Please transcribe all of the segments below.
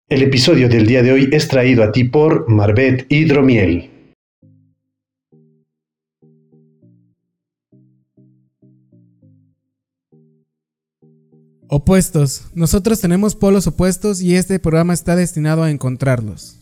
El episodio del día de hoy es traído a ti por Marbet Hidromiel. Opuestos. Nosotros tenemos polos opuestos y este programa está destinado a encontrarlos.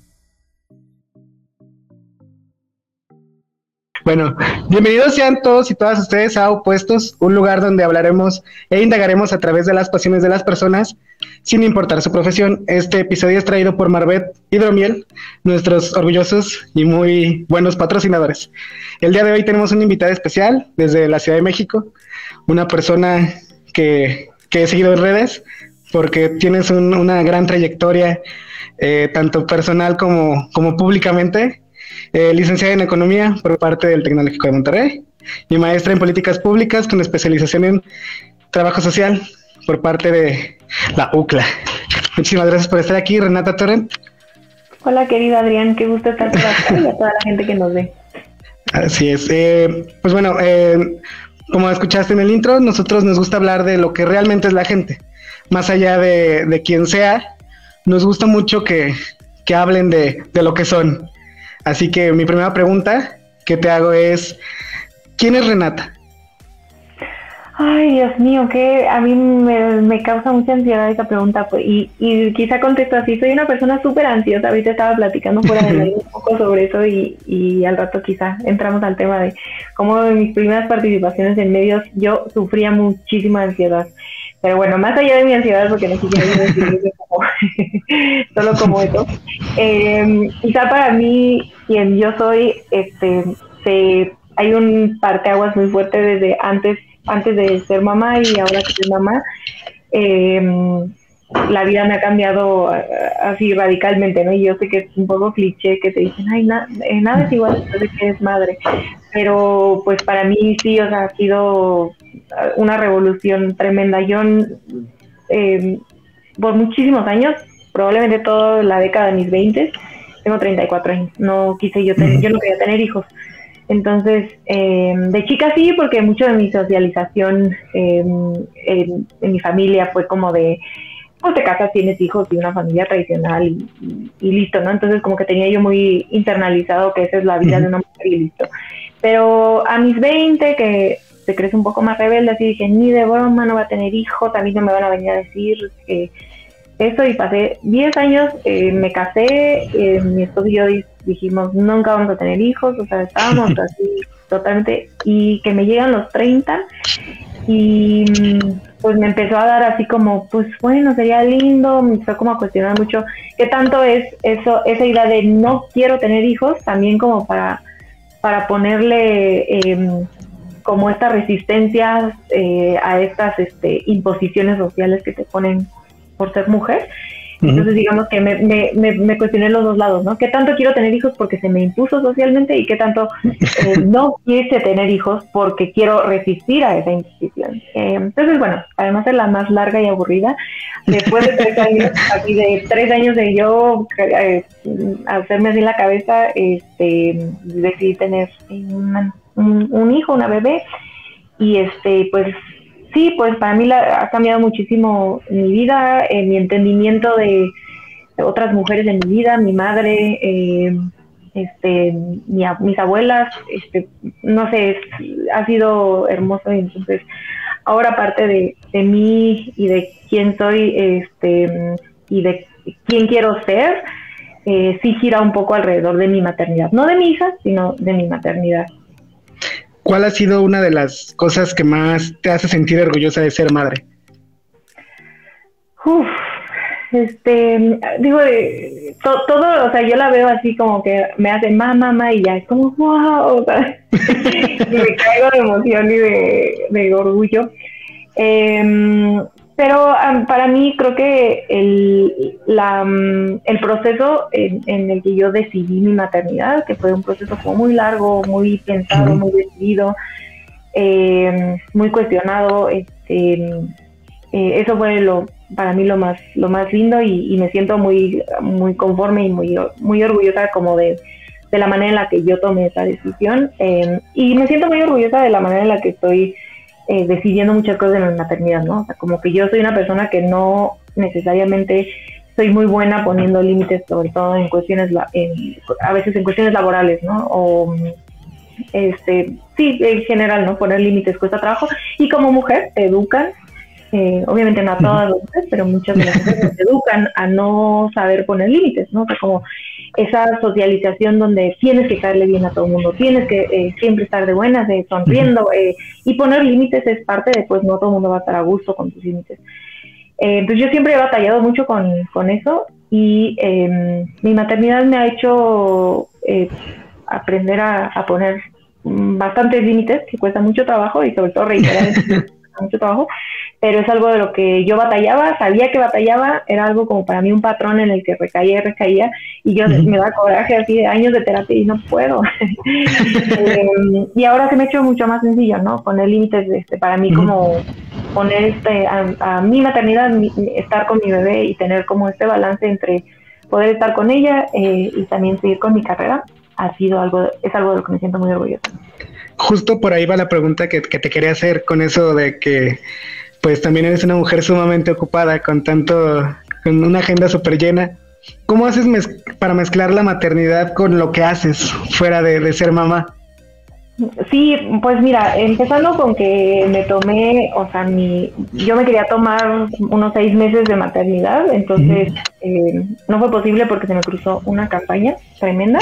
Bueno, bienvenidos sean todos y todas ustedes a Opuestos, un lugar donde hablaremos e indagaremos a través de las pasiones de las personas, sin importar su profesión. Este episodio es traído por Marbet Hidromiel, nuestros orgullosos y muy buenos patrocinadores. El día de hoy tenemos una invitada especial desde la Ciudad de México, una persona que he seguido en redes porque tienes una gran trayectoria, tanto personal como públicamente. Licenciada en Economía por parte del Tecnológico de Monterrey y maestra en Políticas Públicas con especialización en Trabajo Social por parte de la UCLA. Muchísimas gracias por estar aquí, Renata Torrent. Hola, querido Adrián, qué gusto estar por acá y a toda la gente que nos ve. Así es. Pues bueno, como escuchaste en el intro, nosotros nos gusta hablar de lo que realmente es la gente. Más allá de quien sea, nos gusta mucho que hablen de lo que son. Así que mi primera pregunta que te hago es, ¿quién es Renata? Ay, Dios mío, que a mí me causa mucha ansiedad esa pregunta, pues, y quizá contesto así, soy una persona súper ansiosa. Ahorita estaba platicando fuera de ahí un poco sobre eso y al rato quizá entramos al tema de cómo en mis primeras participaciones en medios yo sufría muchísima ansiedad. Pero bueno, más allá de mi ansiedad, porque no quisiera decir como solo como eso, quizá para mí, quien yo soy, hay un parteaguas muy fuerte desde antes de ser mamá y ahora que soy mamá. La vida me ha cambiado así radicalmente, ¿no? Y yo sé que es un poco cliché que te dicen, ay, nada es igual después de que eres madre, pero pues para mí sí, o sea, ha sido una revolución tremenda. Yo por muchísimos años, probablemente toda la década de mis 20, tengo 34 años, no quise yo no quería tener hijos. Entonces, de chica sí, porque mucho de mi socialización en mi familia fue como de, pues te casas, tienes hijos y una familia tradicional y listo, ¿no? Entonces como que tenía yo muy internalizado que esa es la vida de una mujer y listo. Pero a mis 20, que te crees un poco más rebelde, así dije, ni de broma, no va a tener hijos, a mí no me van a venir a decir eso, y pasé 10 años, me casé, mi esposo y yo dijimos, nunca vamos a tener hijos, o sea, estábamos así totalmente, y que me llegan los 30 y pues me empezó a dar así como, pues bueno, sería lindo, me empezó como a cuestionar mucho qué tanto es eso, esa idea de no quiero tener hijos, también como para ponerle como esta resistencia a estas imposiciones sociales que te ponen por ser mujer. Entonces digamos que me cuestioné los dos lados, ¿no? ¿Qué tanto quiero tener hijos porque se me impuso socialmente y qué tanto no quise tener hijos porque quiero resistir a esa imposición? Entonces, bueno, además de la más larga y aburrida, después de 3 años, así de 3 años de yo hacerme así en la cabeza, decidí tener un hijo, una bebé, y pues sí, pues para mí ha cambiado muchísimo mi vida, mi entendimiento de otras mujeres en mi vida, mi madre, mis abuelas, no sé, ha sido hermoso. Y entonces ahora, aparte de mí y de quién soy, y de quién quiero ser, sí gira un poco alrededor de mi maternidad, no de mi hija, sino de mi maternidad. ¿Cuál ha sido una de las cosas que más te hace sentir orgullosa de ser madre? Digo, todo, o sea, yo la veo así como que me hace mamá y ya es como wow, o sea, y me caigo de emoción y de orgullo. Pero para mí creo que el proceso en el que yo decidí mi maternidad, que fue un proceso como muy largo, muy pensado, muy decidido, muy cuestionado, eso fue para mí lo más lindo, y me siento muy muy conforme y muy orgullosa como de la manera en la que yo tomé esa decisión, y me siento muy orgullosa de la manera en la que estoy decidiendo muchas cosas en la maternidad, ¿no? O sea, como que yo soy una persona que no necesariamente soy muy buena poniendo límites, sobre todo en cuestiones, a veces en cuestiones laborales, ¿no? O sí, en general, ¿no? Poner límites cuesta trabajo. Y como mujer te educan, obviamente no a todas las mujeres, pero muchas de las mujeres te educan a no saber poner límites, ¿no? O sea, como esa socialización donde tienes que caerle bien a todo el mundo, tienes que siempre estar de buenas, sonriendo, y poner límites es parte de, pues no todo el mundo va a estar a gusto con tus límites. Entonces yo siempre he batallado mucho con eso, y mi maternidad me ha hecho aprender a poner bastantes límites, que cuesta mucho trabajo, y sobre todo reiterar mucho trabajo, pero es algo de lo que yo batallaba, sabía que batallaba, era algo como para mí un patrón en el que recaía, y yo me da coraje así de años de terapia y no puedo. Y ahora se me ha hecho mucho más sencillo, ¿no? Poner límites, para mí, como poner a mi maternidad, estar con mi bebé y tener como este balance entre poder estar con ella y también seguir con mi carrera, es algo de lo que me siento muy orgullosa. Justo por ahí va la pregunta que te quería hacer, con eso de que pues también eres una mujer sumamente ocupada, con una agenda súper llena. ¿Cómo haces para mezclar la maternidad con lo que haces fuera de ser mamá? Sí, pues mira, empezando con que me tomé, o sea, yo me quería tomar unos 6 meses de maternidad, entonces no fue posible porque se me cruzó una campaña tremenda.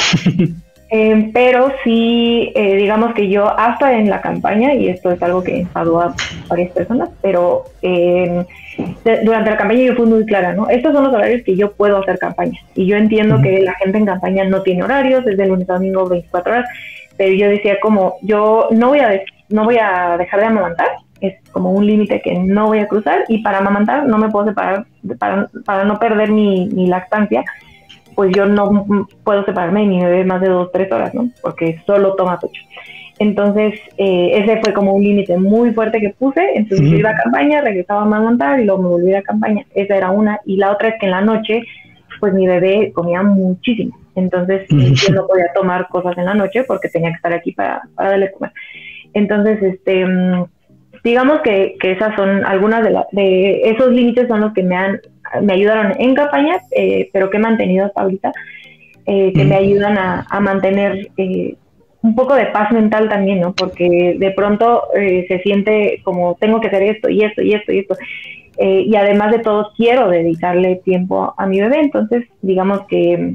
Pero sí, digamos que yo hasta en la campaña, y esto es algo que enfadó a varias personas, pero durante la campaña yo fui muy clara, ¿no? Estos son los horarios que yo puedo hacer campaña, y yo entiendo que la gente en campaña no tiene horarios, es de lunes a domingo 24 horas, pero yo decía como, yo no voy a dejar de amamantar, es como un límite que no voy a cruzar, y para amamantar no me puedo separar, para no perder mi lactancia, pues yo no puedo separarme de mi bebé más de 2-3 horas, ¿no? Porque solo toma pecho. Entonces, ese fue como un límite muy fuerte que puse. Entonces yo iba a campaña, regresaba a amamantar y luego me volví a campaña. Esa era una. Y la otra es que en la noche, pues mi bebé comía muchísimo. Entonces yo no podía tomar cosas en la noche porque tenía que estar aquí para darle a comer. Entonces, digamos que esas son algunas de esos límites, son los que me ayudaron en campaña, pero que he mantenido hasta ahorita, que me ayudan a mantener un poco de paz mental también, ¿no? Porque de pronto se siente como tengo que hacer esto y esto y esto y esto, y además de todo quiero dedicarle tiempo a mi bebé. Entonces digamos que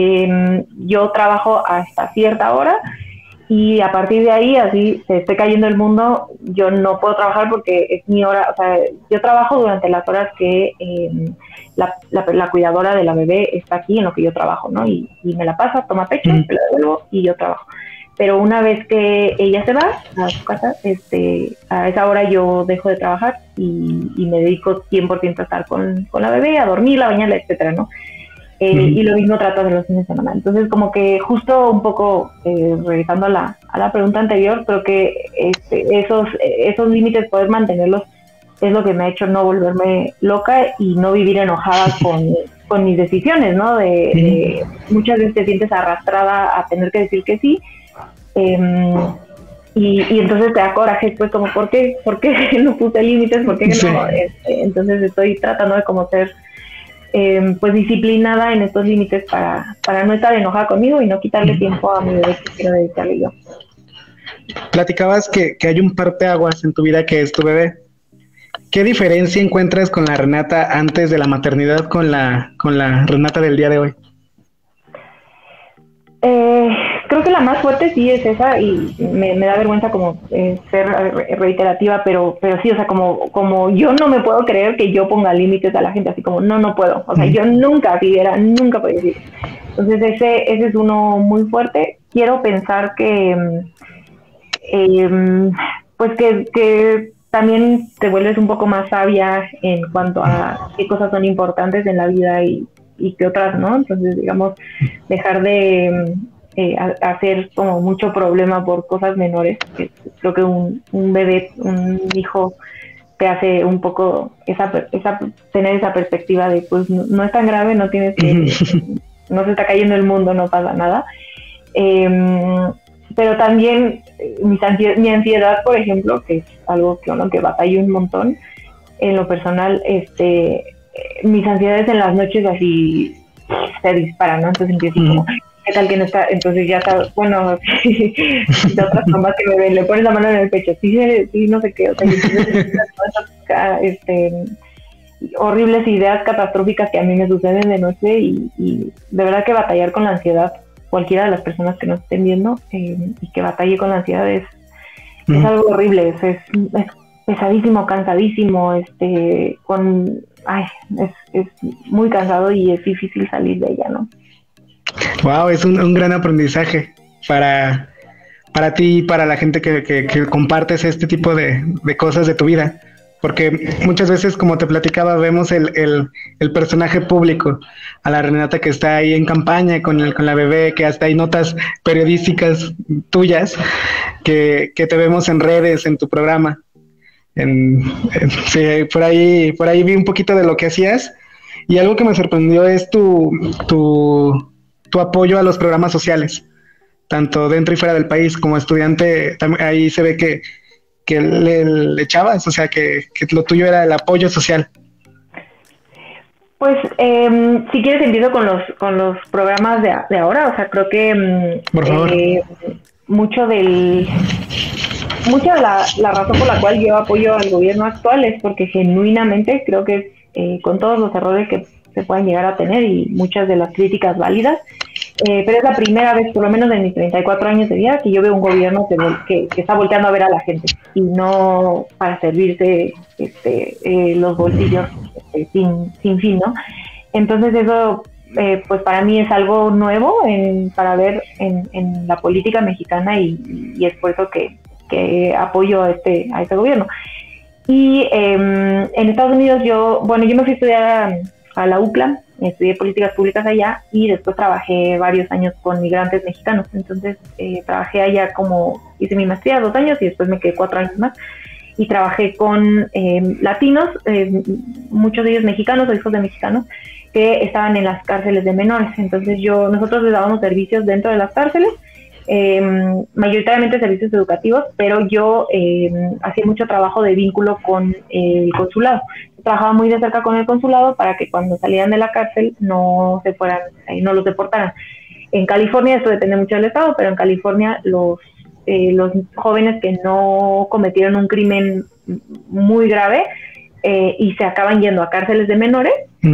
yo trabajo hasta cierta hora, y a partir de ahí, así se esté cayendo el mundo, yo no puedo trabajar porque es mi hora. O sea, yo trabajo durante las horas que la cuidadora de la bebé está aquí en lo que yo trabajo, ¿no? Y me la pasa, toma pecho, me la devuelvo y yo trabajo. Pero una vez que ella se va a su casa, a esa hora yo dejo de trabajar y me dedico 100% a estar con la bebé, a dormirla, a bañarla, etcétera, ¿no? Y lo mismo trato de los fines de semana. Entonces, como que justo un poco, regresando a la pregunta anterior, creo que esos límites, poder mantenerlos, es lo que me ha hecho no volverme loca y no vivir enojada con mis decisiones, ¿no? De muchas veces te sientes arrastrada a tener que decir que sí, y entonces te da coraje, pues como, ¿por qué no puse límites? ¿Por qué no? Sí. Entonces estoy tratando de como ser pues disciplinada en estos límites para no estar enojada conmigo y no quitarle tiempo a mi bebé que quiero dedicarle yo. Platicabas que hay un parteaguas en tu vida que es tu bebé. ¿Qué diferencia encuentras con la Renata antes de la maternidad con la Renata del día de hoy? Creo que la más fuerte sí es esa, y me da vergüenza como ser reiterativa, pero sí, o sea, como yo no me puedo creer que yo ponga límites a la gente, así como no puedo, o sea, yo nunca podía decir. Entonces ese es uno muy fuerte. Quiero pensar que pues que también te vuelves un poco más sabia en cuanto a qué cosas son importantes en la vida y qué otras no. Entonces, digamos, dejar de hacer como mucho problema por cosas menores. Creo que un bebé, un hijo, te hace un poco tener esa perspectiva de pues no es tan grave, no tienes que no se está cayendo el mundo, no pasa nada. Pero también mi ansiedad, por ejemplo, que es algo que batallo un montón en lo personal, mis ansiedades en las noches así se disparan, ¿no? Entonces empiezo como, ¿qué tal que no está? Entonces ya está, bueno, de otras mamás que me ven, le pones la mano en el pecho, sí, no sé qué, o sea, horribles ideas catastróficas que a mí me suceden de noche y de verdad que batallar con la ansiedad, cualquiera de las personas que nos estén viendo y que batalle con la ansiedad es algo horrible, es pesadísimo, cansadísimo, es muy cansado y es difícil salir de ella, ¿no? Wow, es un gran aprendizaje para ti y para la gente que compartes este tipo de cosas de tu vida. Porque muchas veces, como te platicaba, vemos el personaje público, a la Renata que está ahí en campaña con la bebé, que hasta hay notas periodísticas tuyas que te vemos en redes, en tu programa. Sí, por ahí vi un poquito de lo que hacías y algo que me sorprendió es tu apoyo a los programas sociales, tanto dentro y fuera del país. Como estudiante, ahí se ve que le echabas, o sea, que lo tuyo era el apoyo social. Pues, si quieres empiezo con los programas de ahora, o sea, creo que por favor. Mucha de la razón por la cual yo apoyo al gobierno actual es porque genuinamente creo que con todos los errores que se pueden llegar a tener y muchas de las críticas válidas, pero es la primera vez, por lo menos en mis 34 años de vida, que yo veo un gobierno que está volteando a ver a la gente y no para servirse los bolsillos sin fin, ¿no? Entonces eso, pues para mí es algo nuevo para ver en la política mexicana y es por eso que apoyo a este gobierno. Y en Estados Unidos yo me fui a estudiar a la UCLA, estudié políticas públicas allá y después trabajé varios años con migrantes mexicanos. Entonces trabajé allá hice mi maestría 2 años y después me quedé 4 años más y trabajé con latinos, muchos de ellos mexicanos o hijos de mexicanos que estaban en las cárceles de menores. Entonces nosotros les dábamos servicios dentro de las cárceles, mayoritariamente servicios educativos, pero yo hacía mucho trabajo de vínculo con el consulado. Trabajaba muy de cerca con el consulado para que cuando salían de la cárcel no se fueran, no los deportaran. En California, esto depende mucho del estado, pero en California los jóvenes que no cometieron un crimen muy grave y se acaban yendo a cárceles de menores,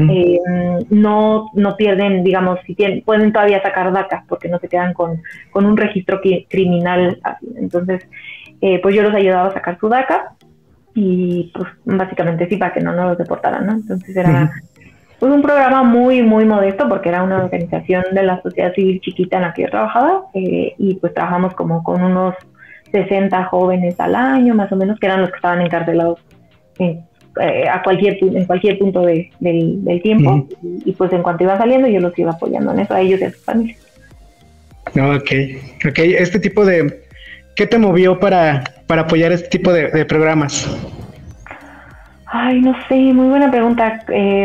no pierden, digamos, pueden todavía sacar DACA porque no se quedan con un registro criminal. Entonces, pues yo los ayudaba a sacar su DACA y pues básicamente sí, para que no los deportaran, ¿no? Entonces era pues un programa muy, muy modesto porque era una organización de la sociedad civil chiquita en la que yo trabajaba y pues trabajamos como con unos 60 jóvenes al año, más o menos, que eran los que estaban encarcelados en cualquier punto del tiempo y pues en cuanto iba saliendo yo los iba apoyando en eso, a ellos y a sus familias. Ok, este tipo de... ¿Qué te movió para apoyar este tipo de programas? Ay, no sé, muy buena pregunta.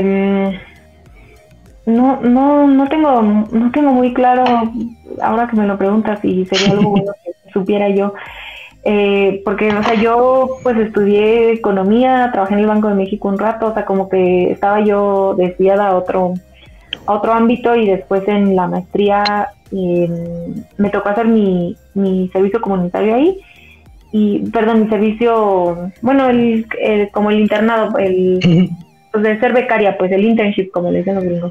No tengo muy claro, ahora que me lo preguntas, y sería algo bueno que supiera yo. Porque, o sea, yo pues estudié economía, trabajé en el Banco de México un rato, o sea, como que estaba yo desviada a otro ámbito y después en la maestría me tocó hacer mi servicio comunitario ahí mi servicio, como el internado, pues de ser becaria, pues el internship, como le dicen los gringos.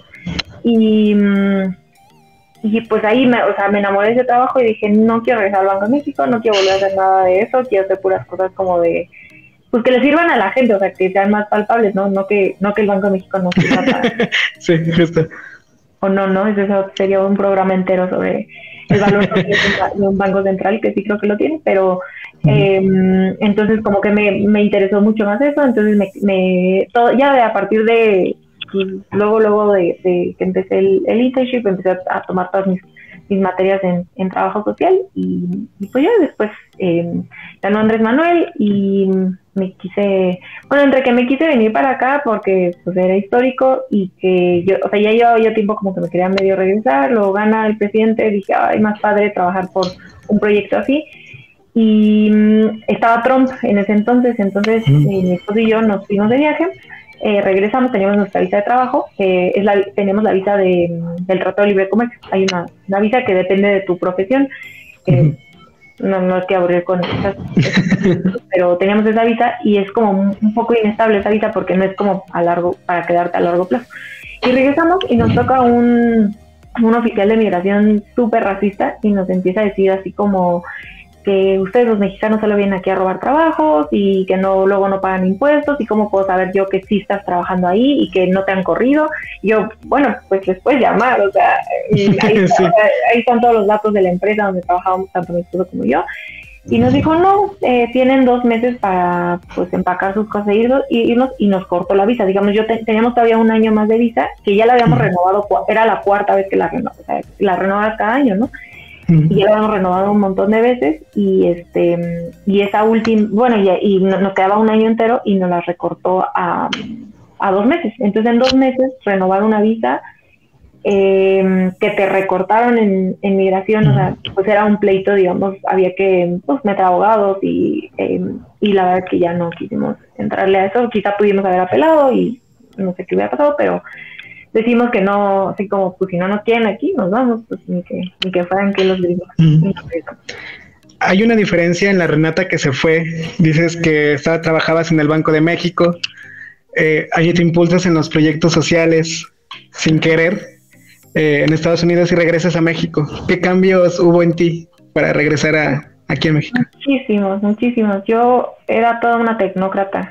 Y pues ahí me enamoré de ese trabajo y dije, no quiero regresar al Banco de México, no quiero volver a hacer nada de eso, quiero hacer puras cosas como de, pues que le sirvan a la gente, o sea, que sean más palpables, no que el Banco de México no sirva para... Sí, justo. O no, eso sería un programa entero sobre el valor de un banco central, que sí creo que lo tiene, pero entonces como que me interesó mucho más eso, entonces a partir de luego de que empecé el internship, empecé a tomar todas mis materias en trabajo social y pues ya después ganó Andrés Manuel y entre que me quise venir para acá porque pues era histórico y que yo, o sea, ya llevaba tiempo como que me quería medio regresar, luego gana el presidente, dije, ay, más padre trabajar por un proyecto así. Y estaba Trump en ese entonces mi esposo y yo nos fuimos de viaje regresamos, teníamos nuestra visa de trabajo, tenemos la visa del Tratado de Libre Comercio. Hay una visa que depende de tu profesión. No es que aburrir con esas, pero teníamos esa visa y es como un poco inestable esa visa porque no es como para quedarte a largo plazo. Y regresamos y nos toca un oficial de migración súper racista y nos empieza a decir así como que ustedes los mexicanos solo vienen aquí a robar trabajos y que luego no pagan impuestos y cómo puedo saber yo que sí estás trabajando ahí y que no te han corrido. Y yo, bueno, pues les puedes llamar, o sea, ahí están todos los datos de la empresa donde trabajábamos tanto mi esposo como yo. Y nos dijo, no, tienen 2 meses para pues empacar sus cosas e irnos, y nos cortó la visa. Digamos, teníamos todavía 1 año más de visa, que ya la habíamos renovado, era la 4ª vez que la renovaba, o sea, la renovaba cada año, ¿no? Y ya la habíamos renovado un montón de veces y esa última, bueno, y nos quedaba 1 año entero y nos la recortó a 2 meses. Entonces en 2 meses renovar una visa que te recortaron en migración, o sea, pues era un pleito, digamos, había que meter abogados y la verdad es que ya no quisimos entrarle a eso. Quizá pudimos haber apelado y no sé qué hubiera pasado, pero decimos que no, así como, pues si no nos quieren aquí, nos vamos, pues ni que fueran que los gringos. Hay una diferencia en la Renata que se fue. Dices que trabajabas en el Banco de México, ahí te impulsas en los proyectos sociales sin querer en Estados Unidos y regresas a México. ¿Qué cambios hubo en ti para regresar aquí a México? Muchísimos. Yo era toda una tecnócrata,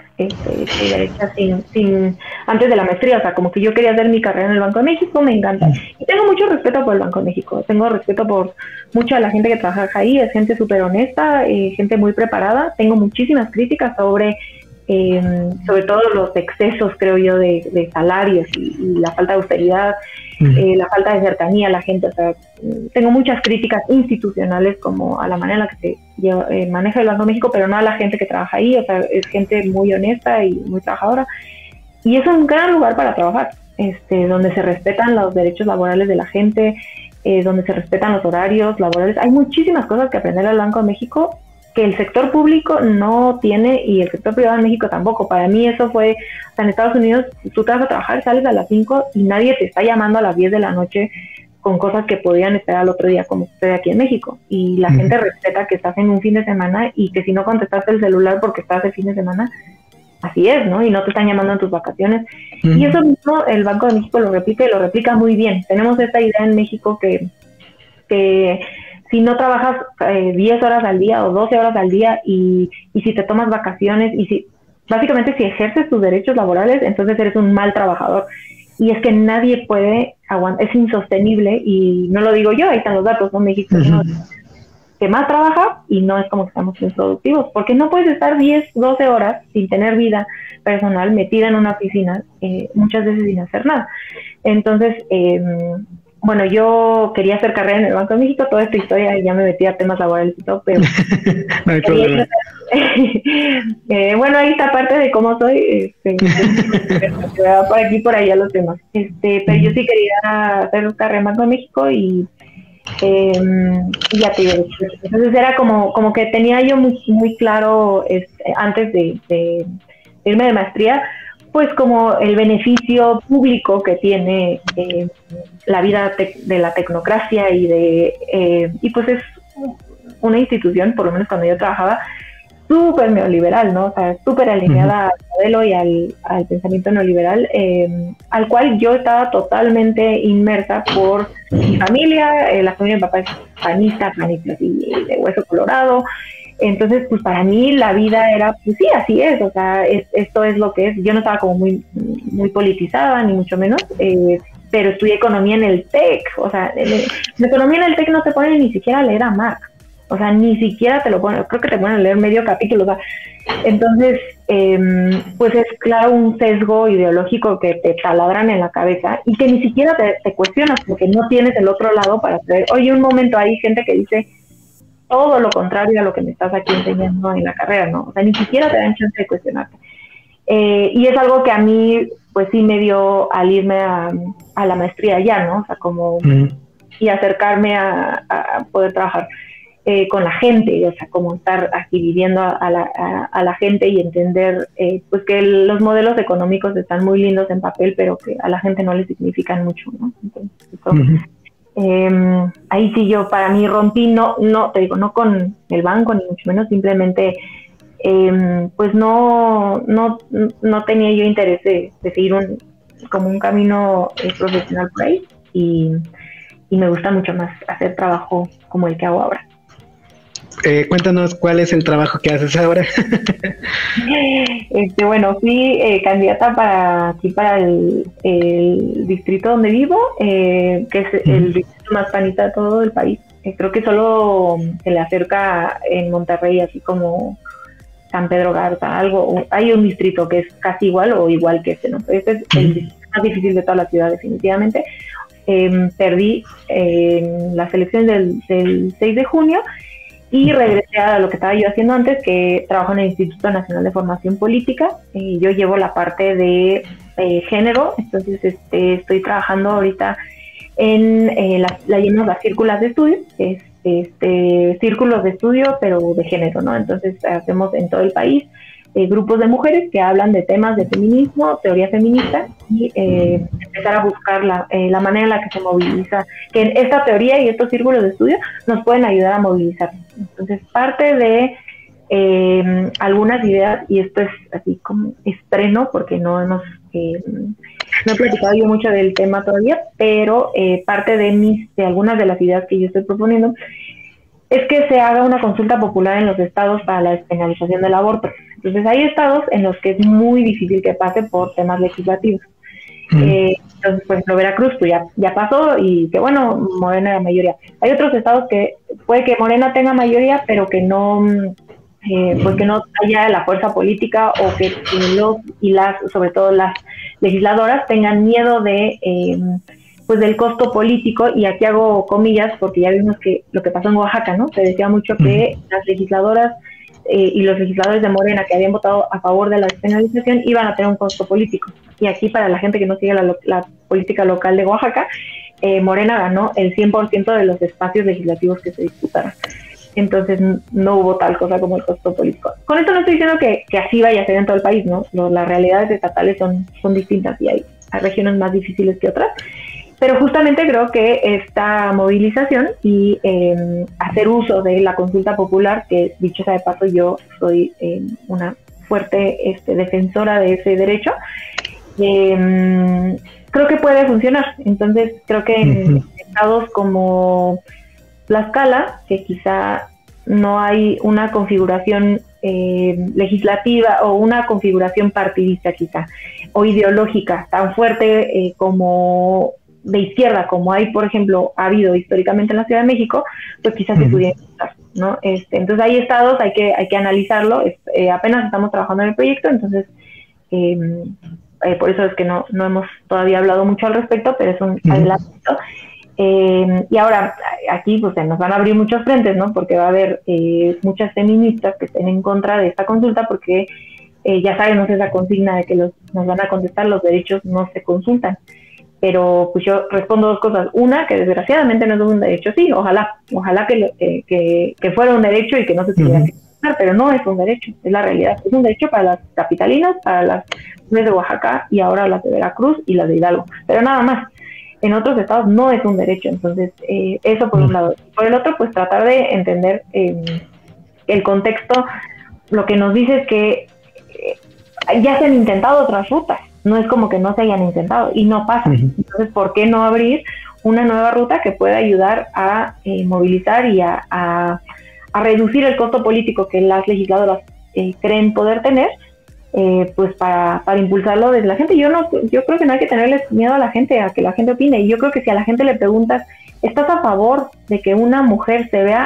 antes de la maestría, o sea, como que yo quería hacer mi carrera en el Banco de México, me encanta. Y tengo mucho respeto por el Banco de México, tengo respeto por mucha de la gente que trabaja ahí, es gente súper honesta, gente muy preparada. Tengo muchísimas críticas sobre todo los excesos, creo yo, de salarios y la falta de austeridad, la falta de cercanía a la gente. O sea, tengo muchas críticas institucionales como a la manera en la que se maneja el Banco de México, pero no a la gente que trabaja ahí. O sea, es gente muy honesta y muy trabajadora. Y es un gran lugar para trabajar, donde se respetan los derechos laborales de la gente, donde se respetan los horarios laborales. Hay muchísimas cosas que aprender al Banco de México que el sector público no tiene y el sector privado en México tampoco. Para mí eso fue, o sea, en Estados Unidos tú te vas a trabajar, sales a las 5 y nadie te está llamando a las 10 de la noche con cosas que podían esperar al otro día, como sucede aquí en México. Y la gente respeta que estás en un fin de semana y que si no contestaste el celular porque estás el fin de semana, así es, ¿no? Y no te están llamando en tus vacaciones. Y eso mismo el Banco de México lo replica y lo replica muy bien. Tenemos esta idea en México que si no trabajas 10 horas al día o 12 horas al día y si te tomas vacaciones y básicamente si ejerces tus derechos laborales, entonces eres un mal trabajador. Y es que nadie puede aguantar, es insostenible, y no lo digo yo, ahí están los datos, ¿no? México que más trabaja y no es como que estamos improductivos, porque no puedes estar 10, 12 horas sin tener vida personal, metida en una oficina, muchas veces sin hacer nada. Entonces, bueno, yo quería hacer carrera en el Banco de México, toda esta historia, ya me metí a temas laborales y todo, pero no hay problema. Bueno, ahí está parte de cómo soy, por aquí por allá los temas. Pero yo sí quería hacer carrera en Banco de México y ya te digo, entonces era como que tenía yo muy claro antes de irme de maestría, pues como el beneficio público que tiene la vida de la tecnocracia y pues es una institución, por lo menos cuando yo trabajaba, súper neoliberal, ¿no? O sea, súper alineada al modelo y al pensamiento neoliberal, al cual yo estaba totalmente inmersa por mi familia. La familia de mi papá es panista así de hueso colorado. Entonces, pues para mí la vida era, pues sí, así es, o sea, esto es lo que es. Yo no estaba como muy politizada, ni mucho menos, pero estudié economía en el TEC. O sea, en economía en el TEC no te ponen ni siquiera a leer a Marx. O sea, ni siquiera te lo ponen, creo que te ponen a leer medio capítulo. O sea, entonces, pues es claro un sesgo ideológico que te taladran en la cabeza y que ni siquiera te cuestionas porque no tienes el otro lado para saber. Oye, un momento, hay gente que dice todo lo contrario a lo que me estás aquí enseñando en la carrera, ¿no? O sea, ni siquiera te dan chance de cuestionarte. Y es algo que a mí, pues sí me dio al irme a la maestría ya, ¿no? O sea, como y acercarme a poder trabajar. con la gente, o sea, como estar aquí viviendo a la gente y entender pues que los modelos económicos están muy lindos en papel, pero que a la gente no le significan mucho, ¿no? Entonces, eso, ahí sí yo para mí rompí, no te digo, no con el banco ni mucho menos, simplemente pues no tenía yo interés de seguir como un camino profesional por ahí, y me gusta mucho más hacer trabajo como el que hago ahora. Cuéntanos cuál es el trabajo que haces ahora. Bueno, fui candidata para el distrito donde vivo, que es el distrito más panista de todo el país. Creo que solo se le acerca en Monterrey, así como San Pedro Garza, algo. Hay un distrito que es casi igual o igual que este, ¿no? Este es el distrito más difícil de toda la ciudad, definitivamente. Perdí las elecciones del 6 de junio y regresé a lo que estaba yo haciendo antes, que trabajo en el Instituto Nacional de Formación Política. Yo llevo la parte de género, entonces estoy trabajando ahorita en la llamamos las círculos de estudio, círculos de estudio pero de género, ¿no? Entonces hacemos en todo el país grupos de mujeres que hablan de temas de feminismo, teoría feminista, y empezar a buscar la manera en la que se moviliza, que esta teoría y estos círculos de estudio nos pueden ayudar a movilizar. Entonces, parte de algunas ideas, y esto es así como estreno, porque no he platicado yo mucho del tema todavía, pero parte de algunas de las ideas que yo estoy proponiendo es que se haga una consulta popular en los estados para la despenalización del aborto. Entonces hay estados en los que es muy difícil que pase por temas legislativos. Entonces, por ejemplo, Veracruz pues ya pasó, y que bueno, Morena es la mayoría. Hay otros estados que puede que Morena tenga mayoría, pero que no pues que no haya la fuerza política, o que los y las, sobre todo las legisladoras, tengan miedo de pues del costo político. Y aquí hago comillas porque ya vimos que lo que pasó en Oaxaca, ¿no? Se decía mucho que las legisladoras y los legisladores de Morena que habían votado a favor de la despenalización iban a tener un costo político. Y aquí, para la gente que no sigue la política local de Oaxaca, Morena ganó el 100% de los espacios legislativos que se disputaron. Entonces no hubo tal cosa como el costo político. Con esto no estoy diciendo que así vaya a ser en todo el país, ¿no? Las realidades estatales son distintas, y hay regiones más difíciles que otras. Pero justamente creo que esta movilización y hacer uso de la consulta popular, que dicho sea de paso, yo soy una fuerte defensora de ese derecho, creo que puede funcionar. Entonces creo que en estados como Tlaxcala, que quizá no hay una configuración legislativa o una configuración partidista quizá, o ideológica tan fuerte como de izquierda, como hay, por ejemplo, ha habido históricamente en la Ciudad de México, pues quizás se pudiera usar, ¿no? Entonces hay estados, hay que analizarlo. Apenas estamos trabajando en el proyecto, entonces por eso es que no hemos todavía hablado mucho al respecto, pero es un adelanto. Y ahora aquí pues nos van a abrir muchos frentes, ¿no? Porque va a haber muchas feministas que estén en contra de esta consulta, porque ya sabemos esa consigna de que nos van a contestar, los derechos no se consultan. Pero pues yo respondo dos cosas. Una, que desgraciadamente no es un derecho, sí, ojalá que fuera un derecho y que no se tuviera que consultar, pero no es un derecho, es la realidad. Es un derecho para las capitalinas, para las de Oaxaca, y ahora las de Veracruz y las de Hidalgo, pero nada más. En otros estados no es un derecho. Entonces eso por un lado. Por el otro, pues tratar de entender el contexto. Lo que nos dice es que ya se han intentado otras rutas, no es como que no se hayan intentado y no pasa. Entonces, ¿por qué no abrir una nueva ruta que pueda ayudar a movilizar y a reducir el costo político que las legisladoras creen poder tener, pues para impulsarlo desde la gente? Yo creo que no hay que tenerles miedo a la gente, a que la gente opine. Y yo creo que si a la gente le preguntas, ¿estás a favor de que una mujer sea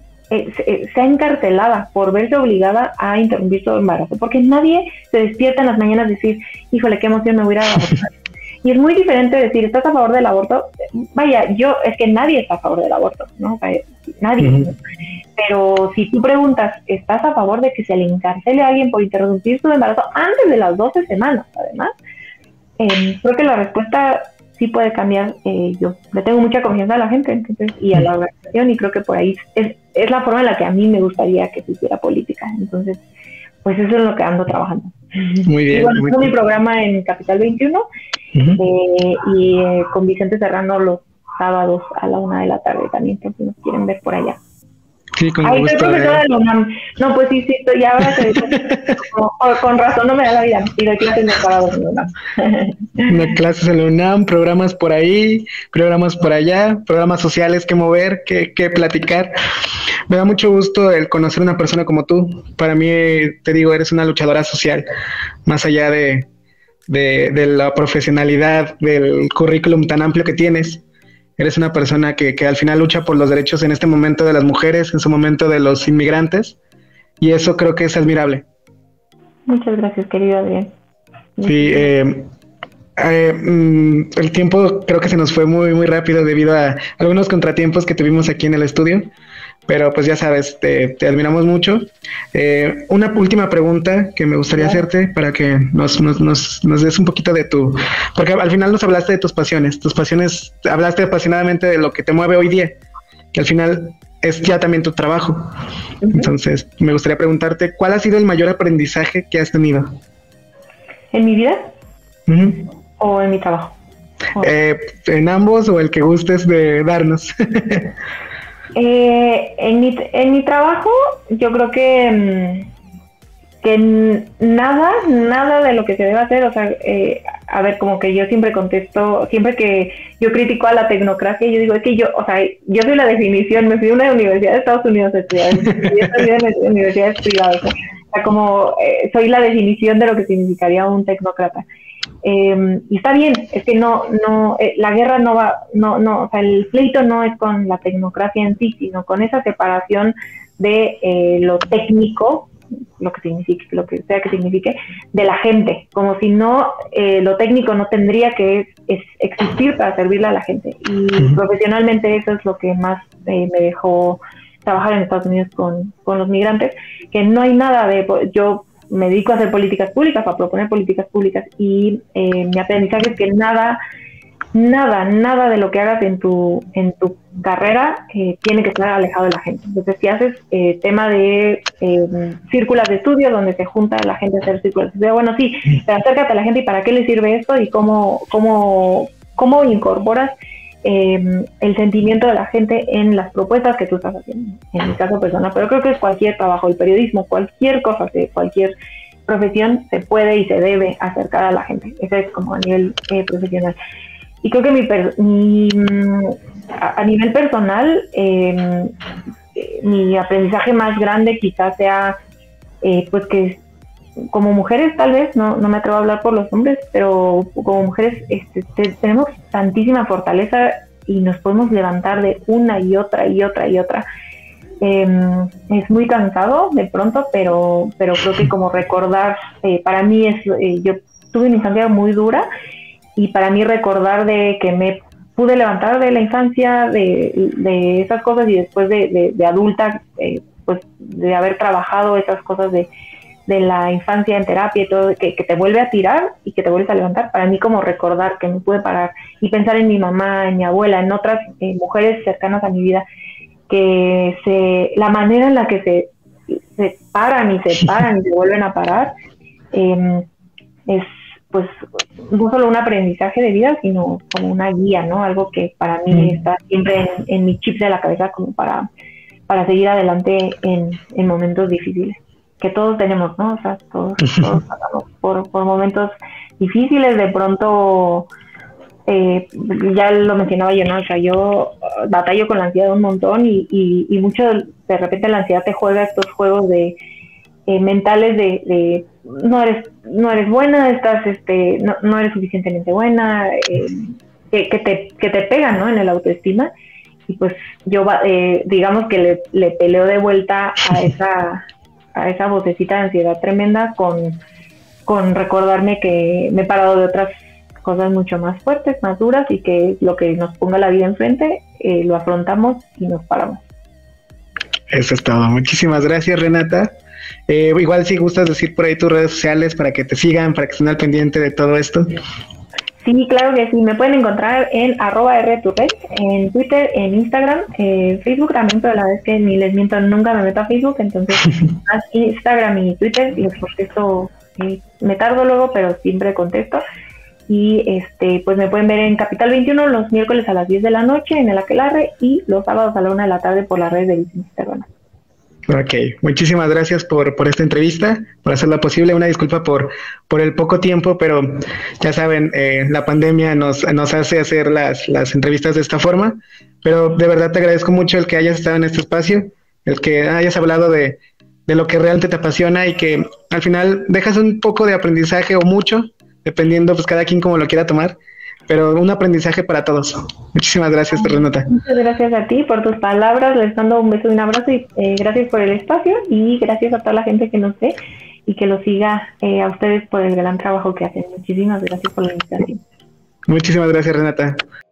encarcelada por verse obligada a interrumpir su embarazo? Porque nadie se despierta en las mañanas y decir, híjole, qué emoción, me voy a ir a abortar. Y es muy diferente decir, ¿estás a favor del aborto? Vaya, es que nadie está a favor del aborto, ¿no? Nadie. ¿No? Pero si tú preguntas, ¿estás a favor de que se le encarcele a alguien por interrumpir su embarazo antes de las 12 semanas, además? Creo que la respuesta sí puede cambiar. Yo le tengo mucha confianza a la gente, entonces, y a la organización, y creo que por ahí es la forma en la que a mí me gustaría que se hiciera política. Entonces, pues eso es lo que ando trabajando. Muy bien. Y bueno, tengo mi programa en Capital 21 con Vicente Serrano los sábados a la 1 de la tarde también, por si nos quieren ver por allá. Sí, con Ay, soy gusto. profesora de la UNAM. No, pues sí, y ahora con razón no me da la vida. Y doy clases de sábados en la UNAM. Clases en la UNAM, programas por ahí, programas por allá, programas sociales que mover, que platicar. Me da mucho gusto el conocer a una persona como tú. Para mí, te digo, eres una luchadora social, más allá de la profesionalidad, del currículum tan amplio que tienes. Eres una persona que al final lucha por los derechos en este momento de las mujeres, en su momento de los inmigrantes, y eso creo que es admirable. Muchas gracias, querido Adrián. Sí, el tiempo creo que se nos fue muy, muy rápido debido a algunos contratiempos que tuvimos aquí en el estudio, pero pues ya sabes, te admiramos mucho. Una última pregunta que me gustaría hacerte para que nos des un poquito de porque al final nos hablaste de tus pasiones, hablaste apasionadamente de lo que te mueve hoy día, que al final es ya también tu trabajo. Entonces, me gustaría preguntarte, ¿cuál ha sido el mayor aprendizaje que has tenido? ¿En mi vida? ¿O en mi trabajo? En ambos, o el que gustes de darnos. En mi trabajo, yo creo que nada de lo que se debe hacer, o sea, a ver, como que yo siempre contesto, siempre que yo critico a la tecnocracia, yo digo, es que yo soy la definición, me fui a una universidad de Estados Unidos a estudiar, yo estudié en universidades privadas, o sea, como soy la definición de lo que significaría un tecnócrata. Y está bien, es que la guerra o sea, el pleito no es con la tecnocracia en sí, sino con esa separación de lo técnico, lo que sea que signifique, de la gente, como si no, lo técnico no tendría que existir para servirle a la gente. Y profesionalmente eso es lo que más me dejó trabajar en Estados Unidos con los migrantes, que no hay nada yo me dedico a hacer políticas públicas, a proponer políticas públicas, y mi aprendizaje es que nada de lo que hagas en tu carrera tiene que estar alejado de la gente. Entonces, si haces tema de círculos de estudio donde se junta la gente a hacer círculos de estudio, bueno, sí, pero acércate a la gente y para qué le sirve esto y cómo incorporas el sentimiento de la gente en las propuestas que tú estás haciendo, en mi caso personal, pero creo que es cualquier trabajo, el periodismo, cualquier cosa, cualquier profesión se puede y se debe acercar a la gente. Eso es como a nivel profesional. Y creo que a nivel personal, mi aprendizaje más grande quizás sea pues que como mujeres, tal vez, no me atrevo a hablar por los hombres, pero como mujeres tenemos tantísima fortaleza y nos podemos levantar de una y otra y otra y otra. Es muy cansado de pronto, pero creo que como recordar, para mí yo tuve una infancia muy dura, y para mí recordar de que me pude levantar de la infancia, de esas cosas, y después de adulta, pues de haber trabajado esas cosas de la infancia en terapia y todo, que te vuelve a tirar y que te vuelves a levantar. Para mí como recordar que me pude parar y pensar en mi mamá, en mi abuela, en otras mujeres cercanas a mi vida, que la manera en la que se paran y se vuelven a parar, es pues no solo un aprendizaje de vida, sino como una guía, ¿no? Algo que para mí está siempre en mi chip de la cabeza, como para seguir adelante en momentos difíciles, que todos tenemos, ¿no? O sea, todos pasamos por momentos difíciles. De pronto, ya lo mencionaba yo, ¿no? O sea, yo batallo con la ansiedad un montón, y mucho de repente la ansiedad te juega estos juegos de mentales de no eres buena, estás no eres suficientemente buena, que te pegan, ¿no? En el autoestima. Y pues yo digamos que le peleo de vuelta a esa vocecita de ansiedad tremenda con recordarme que me he parado de otras cosas mucho más fuertes, más duras, y que lo que nos ponga la vida enfrente lo afrontamos y nos paramos. Eso es todo. Muchísimas gracias, Renata. Igual si gustas decir por ahí tus redes sociales para que te sigan, para que estén al pendiente de todo esto. Sí, claro que sí. Me pueden encontrar en @rturret, en Twitter, en Instagram, Facebook también, pero la verdad es que ni les miento, nunca me meto a Facebook, entonces más Instagram y Twitter, y les contesto, me tardo luego, pero siempre contesto. Y pues me pueden ver en Capital 21 los miércoles a las 10 de la noche en el Aquelarre y los sábados a la 1 de la tarde por las redes de Vicente Serrano. Ok, muchísimas gracias por esta entrevista, por hacerla posible. Una disculpa por el poco tiempo, pero ya saben, la pandemia nos hace hacer las entrevistas de esta forma, pero de verdad te agradezco mucho el que hayas estado en este espacio, el que hayas hablado de lo que realmente te apasiona y que al final dejas un poco de aprendizaje o mucho, dependiendo pues cada quien como lo quiera tomar, pero un aprendizaje para todos. Muchísimas gracias, Renata. Muchas gracias a ti por tus palabras, les mando un beso y un abrazo y gracias por el espacio y gracias a toda la gente que nos ve y que lo siga a ustedes por el gran trabajo que hacen. Muchísimas gracias por la invitación. Muchísimas gracias, Renata.